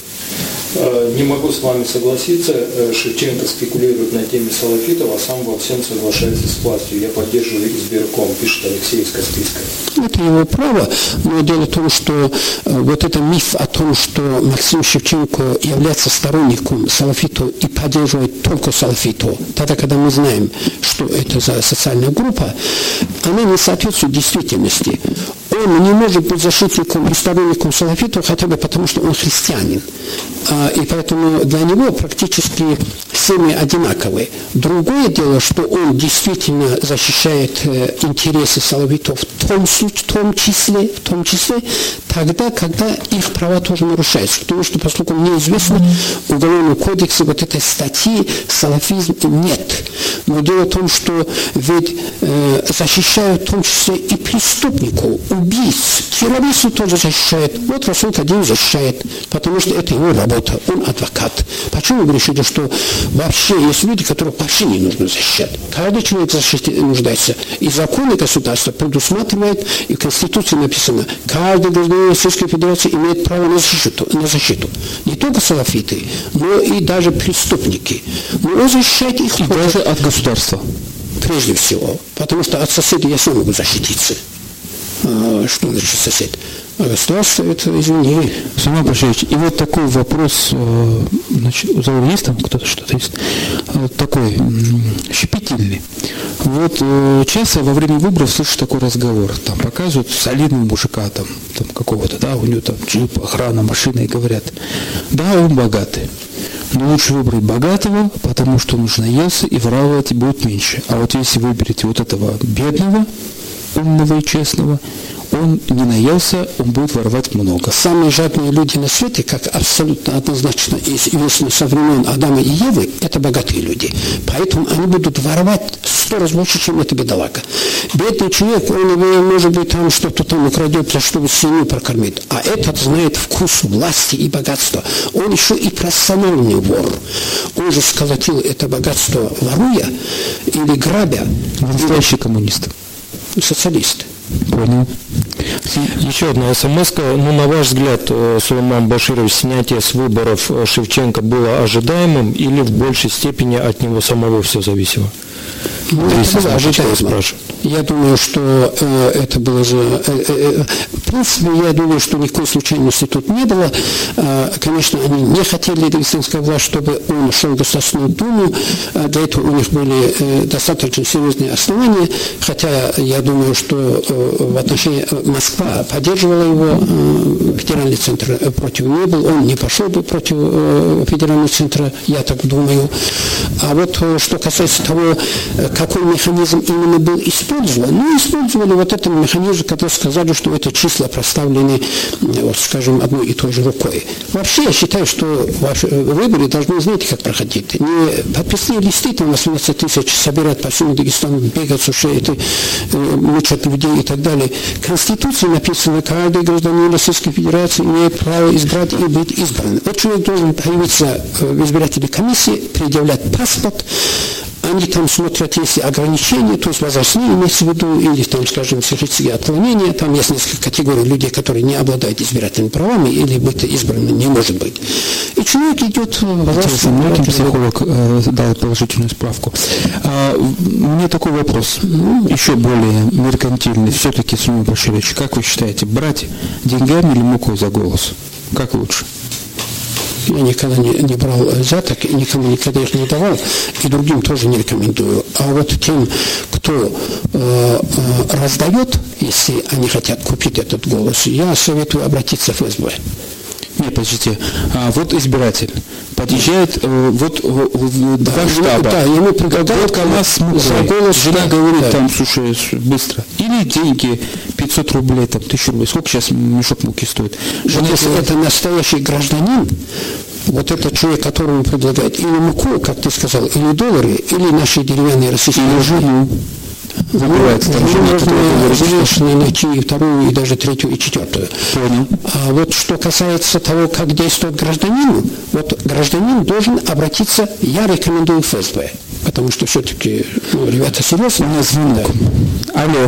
Не могу с вами согласиться. Шевченко спекулирует на теме салафитов, а сам во всем соглашается с властью. Я поддерживаю избирком, пишет Алексей из Каспийска. Это его право, но дело в том, что вот этот миф о том, что Максим Шевченко является сторонником салафитов и поддерживает только салафитов, тогда, когда мы знаем, что это за социальная группа, она не соответствует действительности. Он не может быть защитником и сторонником салафитов хотя бы потому, что он христианин. И поэтому для него практически семьи одинаковые. Другое дело, что он действительно защищает интересы салафитов в том числе, тогда, когда их права тоже нарушаются. Потому что, поскольку мне известно, в Уголовном кодексе вот этой статьи салафизм нет. Но дело в том, что ведь защищают в том числе и преступников, убийц, террористов тоже защищает. Вот Расул Кадиев защищает, потому что это его работа, он адвокат. Почему вы решили, что вообще есть люди, которых вообще не нужно защищать? Каждый человек нуждается. И законы государства предусматривают, и в Конституции написано, каждый гражданин Российской Федерации имеет право на защиту. Не только салафиты, но и даже преступники. Но он защищает их даже от государства. Прежде всего. Потому что от соседей я сам могу защититься. Что значит сосед? А государство это, извини. Сулейман Баширович, и вот такой вопрос, значит, у Заура есть там кто-то, что-то есть, такой щепетильный. Вот часто во время выборов слышишь такой разговор, там показывают солидного мужика, там какого-то, да, у него там джип, охрана, машина, и говорят, да, он богатый. Но лучше выбрать богатого, потому что он уже наелся, и воровать будет меньше. А вот если выберете вот этого бедного, умного и честного, он он не наелся, он будет воровать много. Самые жадные люди на свете, как абсолютно однозначно известно со времен Адама и Евы, это богатые люди. Поэтому они будут воровать 100 раз больше, чем эта бедолага. Бедный человек, он, может быть, там что-то там украдет, чтобы семью прокормить. А этот знает вкус власти и богатства. Он еще и профессиональный вор. Он же сколотил это богатство воруя или грабя. Настоящий коммунист. Социалист. Понял. Еще одна смс-ка. Ну, на ваш взгляд, Сулейман Баширович, снятие с выборов Шевченко было ожидаемым или в большей степени от него самого все зависело? Ну, это было ожидаемо. Я думаю, что это было же... в принципе, я думаю, что никакой случайности тут не было. Конечно, они не хотели, дагестанская власть, чтобы он шел в Государственную Думу. Для этого у них были достаточно серьезные основания. Хотя я думаю, что в отношении Москва поддерживала его, федеральный центр против не был. Он не пошел бы против федерального центра, я так думаю. А вот что касается того, какой механизм именно был использован, ну, использовали вот этот механизм, когда сказали, что это числа проставлены, вот, скажем, одной и той же рукой. Вообще, я считаю, что ваши выборы должны, знаете, как проходить. Не подписные листы, там 18 тысяч собирать по всему Дагестану, бегать с ушей, это, мучат людей и так далее. В Конституции написано, каждый гражданин Российской Федерации имеет право избрать и быть избран. Вот человек должен появиться в избирательной комиссии, предъявлять паспорт. Они там смотрят, если ограничения, то есть возрастные имеется в виду, или там, скажем, психические отклонения, там есть несколько категорий людей, которые не обладают избирательными правами, или быть избранным не может быть. И человек идет в Многим психолог дал положительную справку. Мне такой вопрос, еще более меркантильный. Все-таки, Сулейман Баширович, как вы считаете, брать деньгами или мукой за голос? Как лучше? Я никогда не брал взяток, никому никогда их не давал, и другим тоже не рекомендую. А вот тем, кто раздает, если они хотят купить этот голос, я советую обратиться в ФСБ. Нет, подождите. Вот избиратель подъезжает, вот два штаба. Да, ему предлагают за голос. Жена говорит, там, слушай, быстро. Или деньги, 500 рублей, там, 1000 рублей. Сколько сейчас мешок муки стоит? Жена, если это настоящий гражданин, вот этот человек, которому предлагает или муку, как ты сказал, или доллары, или наши деревянные российские жену. Забывается, там можно найти и вторую, и даже третью, и четвертую. Понял. А вот что касается того, как действует гражданин, вот гражданин должен обратиться, я рекомендую ФСБ, потому что все-таки, ребята, серьезно. У нас звонок. Алло.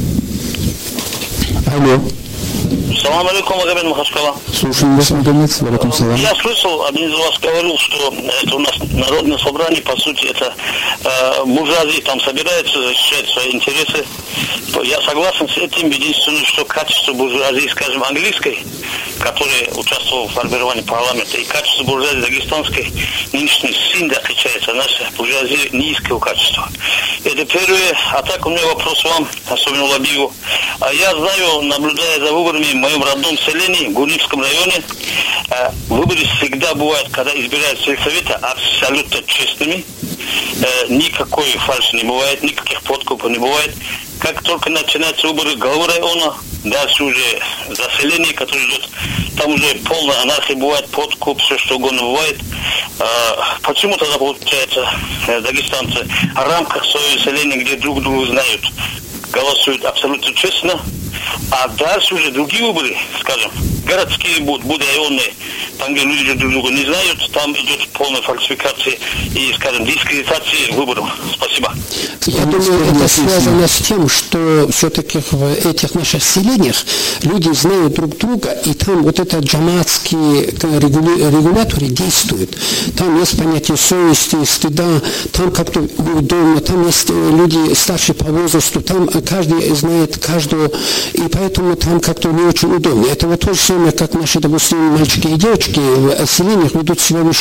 Салам алейкум, Магомед Махачкала. Слушаем вас, Магомед. Салам. Я слышал, один из вас говорил, что это у нас народное собрание, по сути, это буржуазия там собирается защищать свои интересы. Я согласен с этим, единственное, что качество буржуазии, скажем, английской, которая участвовала в формировании парламента, и качество буржуазии дагестанской нынешней сильно отличается. Наша буржуазия низкого качества. Это первое. А так у меня вопрос вам, особенно Лабиеву. Я знаю, наблюдая за выборами в моем родном селении, в Гурнивском районе, выборы всегда бывают, когда избирают сельсовета, абсолютно честными. Никакой фальши не бывает, никаких подкупов не бывает. Как только начинаются выборы главы района, дальше уже заселение, которое идет, там уже полная анархия бывает, подкуп, все что угодно бывает. Почему тогда получается дагестанцы в рамках своего населения, где друг друга знают, голосуют абсолютно честно, а дальше уже другие выборы, скажем, городские будут районные, там, где люди друг друга не знают, там идет полная фальсификация и, скажем, дискредитация выборов. Спасибо. Я думаю, это связано с тем, что все-таки в этих наших селениях люди знают друг друга, и там вот этот джаматские регуляторы действуют. Там есть понятие совести, стыда, там как-то удобно, там есть люди старшие по возрасту, там каждый знает каждого, и поэтому там как-то не очень удобно. Это вот то же самое, как наши, допустим, мальчики и девочки в селениях ведут себя в высшей степени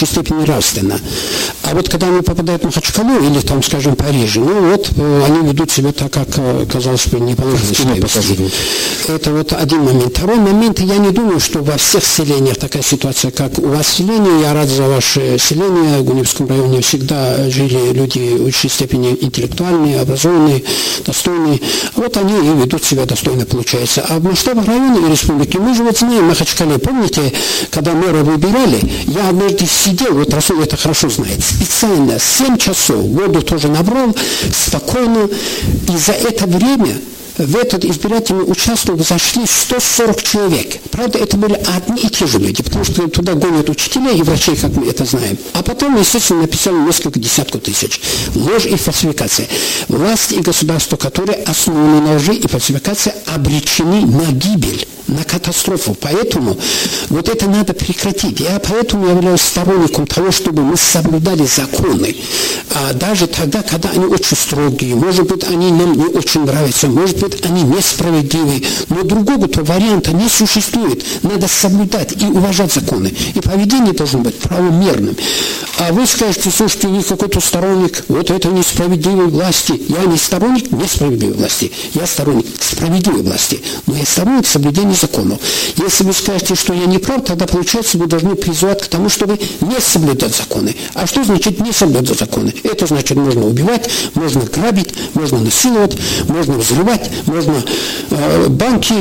нравственно. А вот когда они попадают в Махачкалу или там, скажем, Париж, ну вот они ведут себя так, как, казалось бы, не положено себя вести. Это вот один момент. Второй момент, я не думаю, что во всех селениях такая ситуация, как у вас в селении. Я рад за ваше селение. В Гуневском районе всегда жили люди в высшей степени интеллектуальные, образованные, достойные. Вот они и ведут себя достойно, получается. А в масштабах района и республики мы же вот знаем, в Махачкале, помните, когда мэра выбирали, я однажды сидел, вот Расул это хорошо знает, специально 7 часов воду тоже набрал, спокойно, и за это время в этот избирательный участок зашли 140 человек. Правда, это были одни и те же люди, потому что туда гонят учителей и врачей, как мы это знаем. А потом, естественно, написали несколько десятков тысяч. Ложь и фальсификация. Власть и государство, которые основаны на лжи и фальсификации, обречены на гибель, на катастрофу. Поэтому вот это надо прекратить. Я поэтому являюсь сторонником того, чтобы мы соблюдали законы. А даже тогда, когда они очень строгие, может быть, они нам не очень нравятся, может быть, они несправедливые, но другого-то варианта не существует. Надо соблюдать и уважать законы. И поведение должно быть правомерным. А вы скажете, слушайте, вы какой-то сторонник, вот это несправедливой власти. Я не сторонник несправедливой власти. Я сторонник справедливой власти. Но я сторонник соблюдения законов. Если вы скажете, что я не прав, тогда, получается, вы должны призывать к тому, чтобы не соблюдать законы. А что значит не соблюдать законы? Это значит, можно убивать, можно грабить, можно насиловать, можно взрывать, можно банки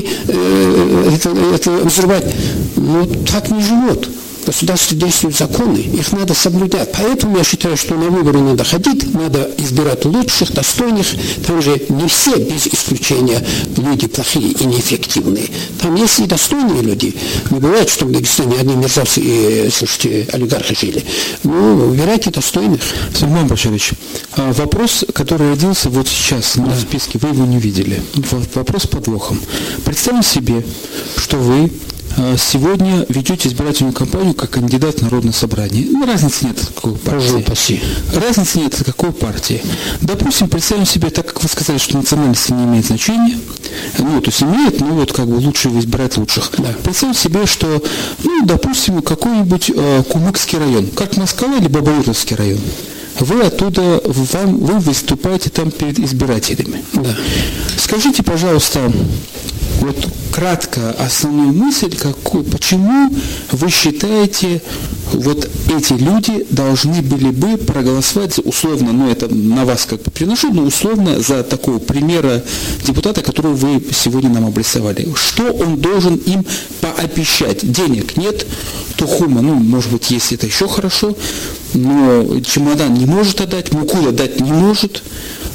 взрывать. Но так не живут. В государстве действуют законы, их надо соблюдать. Поэтому я считаю, что на выборы надо ходить, надо избирать лучших, достойных. Там же не все, без исключения, люди плохие и неэффективные. Там есть и достойные люди. Не бывает, что в Дагестане одни мерзавцы и, слушайте, олигархи жили. Ну, выбирайте достойных. Сульман Баширович, вопрос, который родился вот сейчас на списке, вы его не видели. Вопрос с подвохом. Представьте себе, что вы сегодня ведете избирательную кампанию как кандидат в Народное собрание. Ну, разницы нет, какой партии. Разницы нет, какой партии. Допустим, представим себе, так как вы сказали, что национальность не имеет значения, ну, то есть имеет, но вот как бы лучше избирать лучших. Да. Представим себе, что, ну, допустим, какой-нибудь Кумыкский район, как Москва или Бабаевский район. Вы оттуда, вы выступаете там перед избирателями. Да. Скажите, пожалуйста, вот кратко основную мысль, почему вы считаете, вот эти люди должны были бы проголосовать условно, ну это на вас как бы приношу, но условно за такого примера депутата, которого вы сегодня нам обрисовали. Что он должен им пообещать? Денег нет, тухума, ну может быть есть, это еще хорошо, но чемодан не может отдать, муку отдать не может.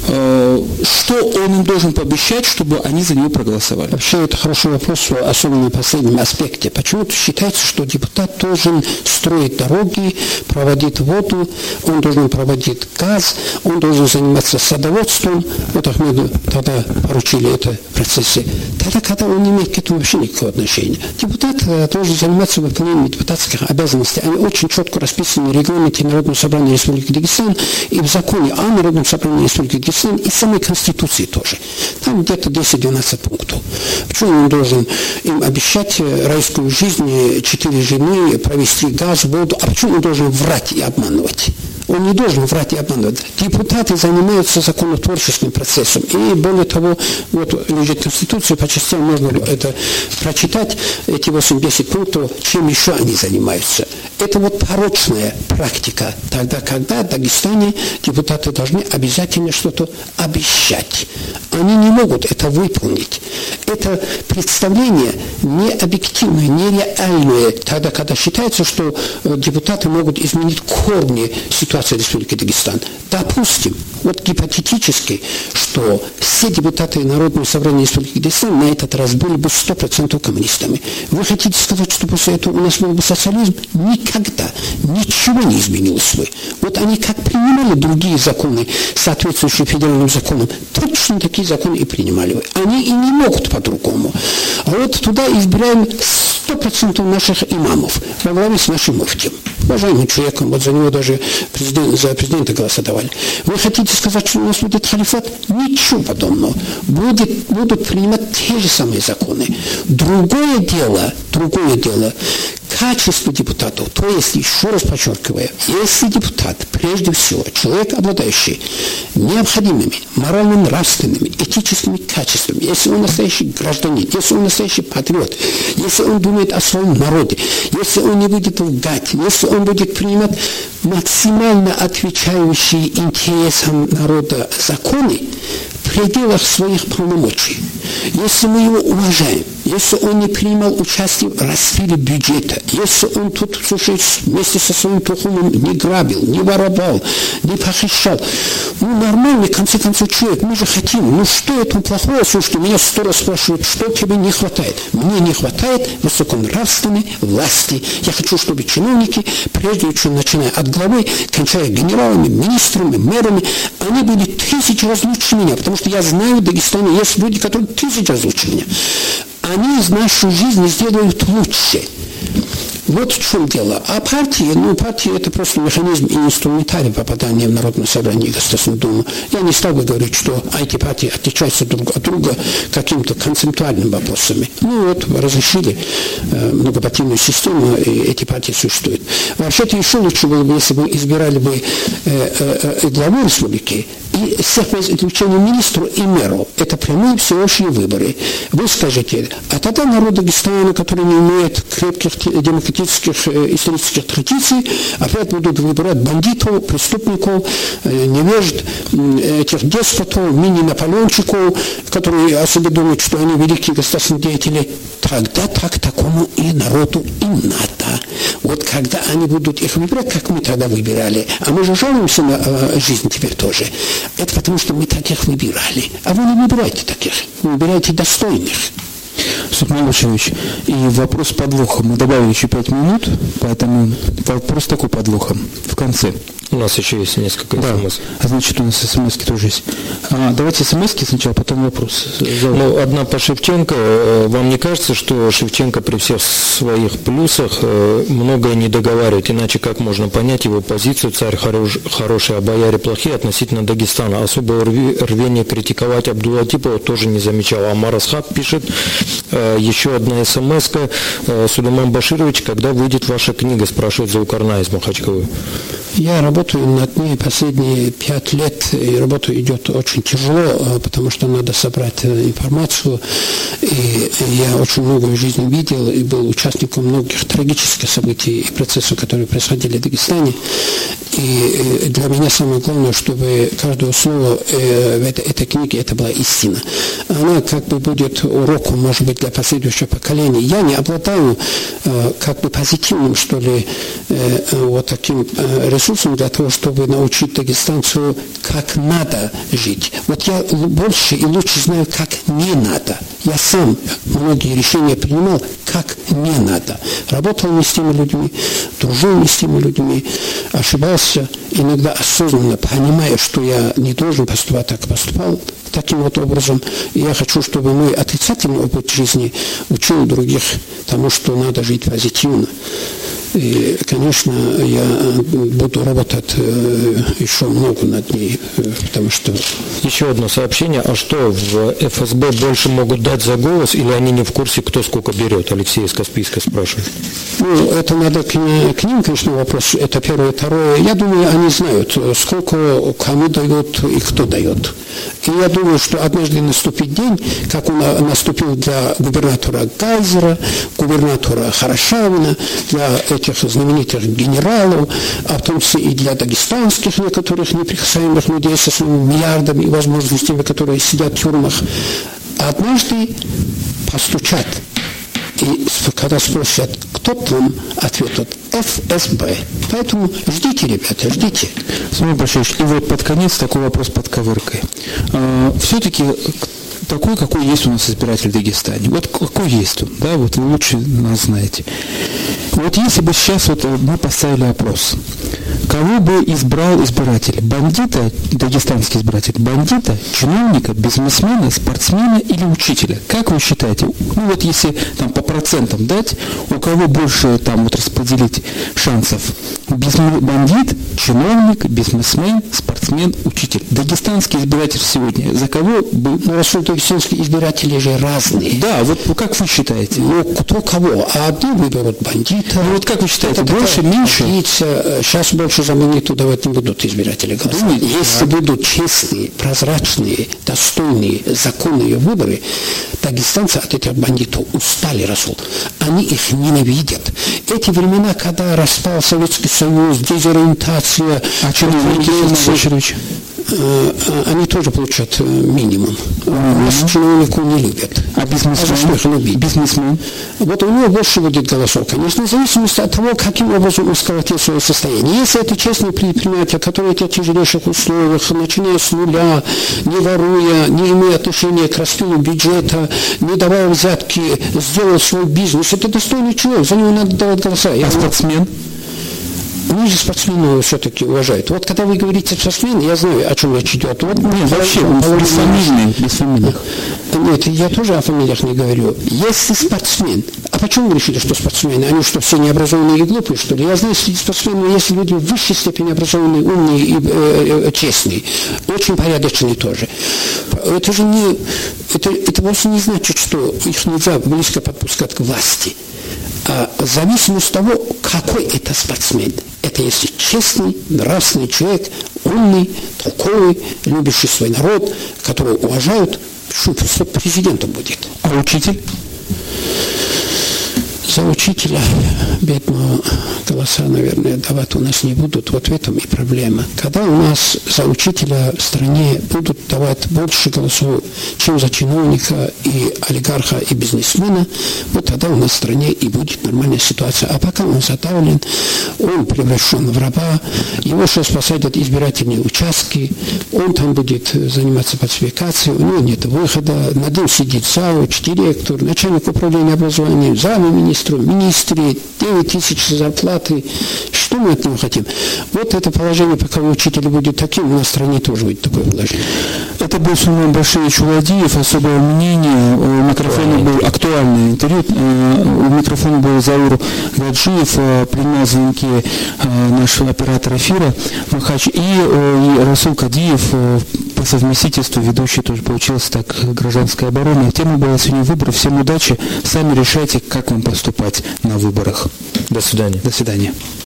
Что он им должен пообещать, чтобы они за него проголосовали? Вообще это хороший вопрос, особенно в последнем аспекте. Почему-то считается, что депутат должен строить дороги, проводить воду, он должен проводить газ, он должен заниматься садоводством. Вот Ахмеду тогда поручили это в процессе. Тогда, когда он не имеет к этому вообще никакого отношения. Депутат должен заниматься выполнением депутатских обязанностей. Они очень четко расписаны в регламенте Народного собрания Республики Дагестан и в законе о Народном собрании Республики Дагестан и самой Конституции тоже. Там где-то 10-12 пунктов. Почему он должен им обещать райскую жизнь, 4 жены, провести газ, воду? А почему он должен врать и обманывать? Он не должен врать и обманывать. Депутаты занимаются законотворческим процессом. И более того, вот лежит Конституция, по частям можно это прочитать, эти 8-10 пунктов, чем еще они занимаются. Это вот порочная практика. Тогда, когда в Дагестане депутаты должны обязательно что-то обещать. Они не могут это выполнить. Это представление не объективное, не реальное. Тогда, когда считается, что депутаты могут изменить корни ситуации в Республике Дагестан. Допустим, вот гипотетически, что все депутаты Народного собрания Республики Дагестан на этот раз были бы 100% коммунистами. Вы хотите сказать, что после этого у нас был бы социализм? Никогда. Ничего не изменилось бы. Вот они как принимали другие законы, соответствующие федеральным законам, точно такие законы и принимали бы. Они и не могут по-другому. А вот туда избираем 100% наших имамов во главе с нашим муфтием. Уважаемым человеком, вот за него даже за президента голоса давали. Вы хотите сказать, что у нас будет халифат? Ничего подобного. Будут принимать те же самые законы. Другое дело, качество депутатов, то есть, еще раз подчеркиваю, если депутат, прежде всего, человек, обладающий необходимыми морально-нравственными, этическими качествами, если он настоящий гражданин, если он настоящий патриот, если он думает о своем народе, если он не будет лгать, если он будет принимать максимально отвечающие интересам народа законы в пределах своих полномочий, если мы его уважаем, если он не принимал участие в расстреле бюджета, если он тут, слушай, вместе со своим Тухумом не грабил, не воровал, не похищал, нормальный, в конце концов, человек, мы же хотим, что это плохого, слушайте, меня 100 раз спрашивают, что тебе не хватает? Мне не хватает высоконравственной власти. Я хочу, чтобы чиновники, прежде чем начиная от главы, кончая генералами, министрами, мэрами, они были 1000 раз лучше меня, потому что я знаю, в Дагестане есть люди, которые 1000 раз лучше меня. Они из нашей жизни сделают лучше. Вот в чем дело. А партия это просто механизм и инструментарий попадания в Народное собрание и Государственную Думу. Я не стал бы говорить, что эти партии отличаются друг от друга какими-то концептуальными вопросами. Разрешили многопартийную систему, и эти партии существуют. Вообще-то еще лучше было бы, если бы избирали бы главу республики и всех без исключения министру и мэру. Это прямые всеобщие выборы. Вы скажете, а тогда народ Дагестана, который не имеет крепких демократических исторических традиций, опять будут выбирать бандитов, преступников, невежд, этих деспотов, мини-наполеончиков, которые особо думают, что они великие государственные деятели. Тогда такому и народу и надо. Вот когда они будут их выбирать, как мы тогда выбирали, а мы же жалуемся на жизнь теперь тоже, это потому, что мы таких выбирали. А вы не выбираете таких, вы выбираете достойных. Сухман Баширович, и вопрос с подвохом. Мы добавили еще 5 минут, поэтому вопрос такой подвохом в конце. У нас еще есть несколько смс. А значит, у нас смс-ки тоже есть. Давайте смс-ки сначала, потом вопрос. Одна по Шевченко. Вам не кажется, что Шевченко при всех своих плюсах многое не договаривает? Иначе как можно понять его позицию «царь хороший, а бояре плохие» относительно Дагестана? Особого рвения критиковать Абдулатипова тоже не замечал. Амар Асхаб пишет, еще одна смс-ка. Сулейман Баширович, когда выйдет ваша книга, спрашивает Заукарна из Махачкалы. Я работаю над ней последние 5 лет, и работа идет очень тяжело, потому что надо собрать информацию. И я очень много в жизни видел и был участником многих трагических событий и процессов, которые происходили в Дагестане. И для меня самое главное, чтобы каждое слово в этой книге это была истина. Она как бы будет уроком, может быть, для последующего поколения. Я не обладаю как бы позитивным, что ли, вот таким ресурсом для того, чтобы научить дагестанцу, как надо жить. Вот я больше и лучше знаю, как не надо. Я сам многие решения принимал, как не надо. Работал не с теми людьми, дружил не с теми людьми, ошибался, иногда осознанно понимая, что я не должен поступать, так поступал таким вот образом. И я хочу, чтобы мой отрицательный опыт жизни учил других тому, что надо жить позитивно. И, конечно, я буду работать еще много над ней, потому что... Еще одно сообщение. А что, в ФСБ больше могут дать за голос, или они не в курсе, кто сколько берет? Алексей из Каспийска спрашивает. Это надо к ним, конечно, вопрос. Это первое. Второе. Я думаю, они знают, сколько кому дают и кто дает. И я думаю, что однажды наступит день, как он наступил для губернатора Гайзера, губернатора Хорошавина, для этих знаменитых генералов, а в том числе и для дагестанских некоторых неприкасаемых людей со своими миллиардами и возможностями, которые сидят в тюрьмах. Однажды постучат. И когда спросят, кто там, ответят ФСБ. Поэтому ждите, ребята, ждите. Сулейман Баширович, и вот под конец такой вопрос под ковыркой. Все-таки такой, какой есть у нас избиратель в Дагестане. Вот какой есть он, да, вот вы лучше нас знаете. Вот если бы сейчас вот мы поставили опрос, кого бы избрал избиратель? Бандита, дагестанский избиратель, бандита, чиновника, бизнесмена, спортсмена или учителя? Как вы считаете? Ну вот если там по процентам дать, у кого больше там вот распределить шансов Бандит, чиновник, бизнесмен, спортсмен, учитель. Дагестанский избиратель сегодня за кого был? Ну, Расул, дагестанские избиратели же разные. Да, вот как вы считаете? Ну, кто кого? А одни выберут бандита. Ну, вот как вы считаете, больше, меньше? Сейчас больше за бандиту давать не будут избиратели голосовать. Если будут честные, прозрачные, достойные, законные выборы, дагестанцы от этих бандитов устали, Расул. Они их ненавидят. Эти времена, когда распал Советский Союз, дезориентация, чиновники, они тоже получат минимум. Нас чиновников не любят. А бизнесмен? Вот у него больше будет голосов, конечно, в зависимости от того, каким образом он сколотил свое состояние. Если это честный предприниматель, который в этих тяжелейших условиях, начиная с нуля, не воруя, не имея отношения к распилу бюджета, не давая взятки, сделал свой бизнес, это достойный человек, за него надо давать голоса. А спортсмен? Они же спортсменов все-таки уважают. Вот когда вы говорите спортсмен, я знаю, о чем речь идет. Вот, нет, вообще, без фамилий. Нет, я тоже о фамилиях не говорю. Если спортсмен, а почему вы решили, что спортсмены? Они что, все необразованные и глупые, что ли? Я знаю, среди спортсменов есть люди в высшей степени образованные, умные и честные. Очень порядочные тоже. Это же не... Это вовсе не значит, что их нельзя близко подпускать к власти. А в зависимости от того, какой это спортсмен. Это если честный, нравственный человек, умный, толковый, любящий свой народ, которого уважают, что президентом будет. А учитель? За учителя бедного голоса, наверное, давать у нас не будут. Вот в этом и проблема. Когда у нас за учителя в стране будут давать больше голосов, чем за чиновника и олигарха и бизнесмена, вот тогда у нас в стране и будет нормальная ситуация. А пока он задавлен, он превращен в раба, его сейчас посадят избирательные участки, он там будет заниматься фальсификацией, у него нет выхода, над ним сидит завуч, директор, начальник управления образованием, замминистра, министры, 9 тысяч зарплаты. Что мы от него хотим? Вот это положение, пока учитель будет таким, у нас в стране тоже будет такое положение. Это был Сулейман Баширович Уладиев, особое мнение. У микрофона был актуальное интервью. У микрофона был Заур Гаджиев, принимал звонки наш оператор эфира Махач и Расул Кадиев, по совместительству ведущий тоже получился так, гражданская оборона. Тема была сегодня выборов. Всем удачи. Сами решайте, как вам поступать на выборах. До свидания. До свидания.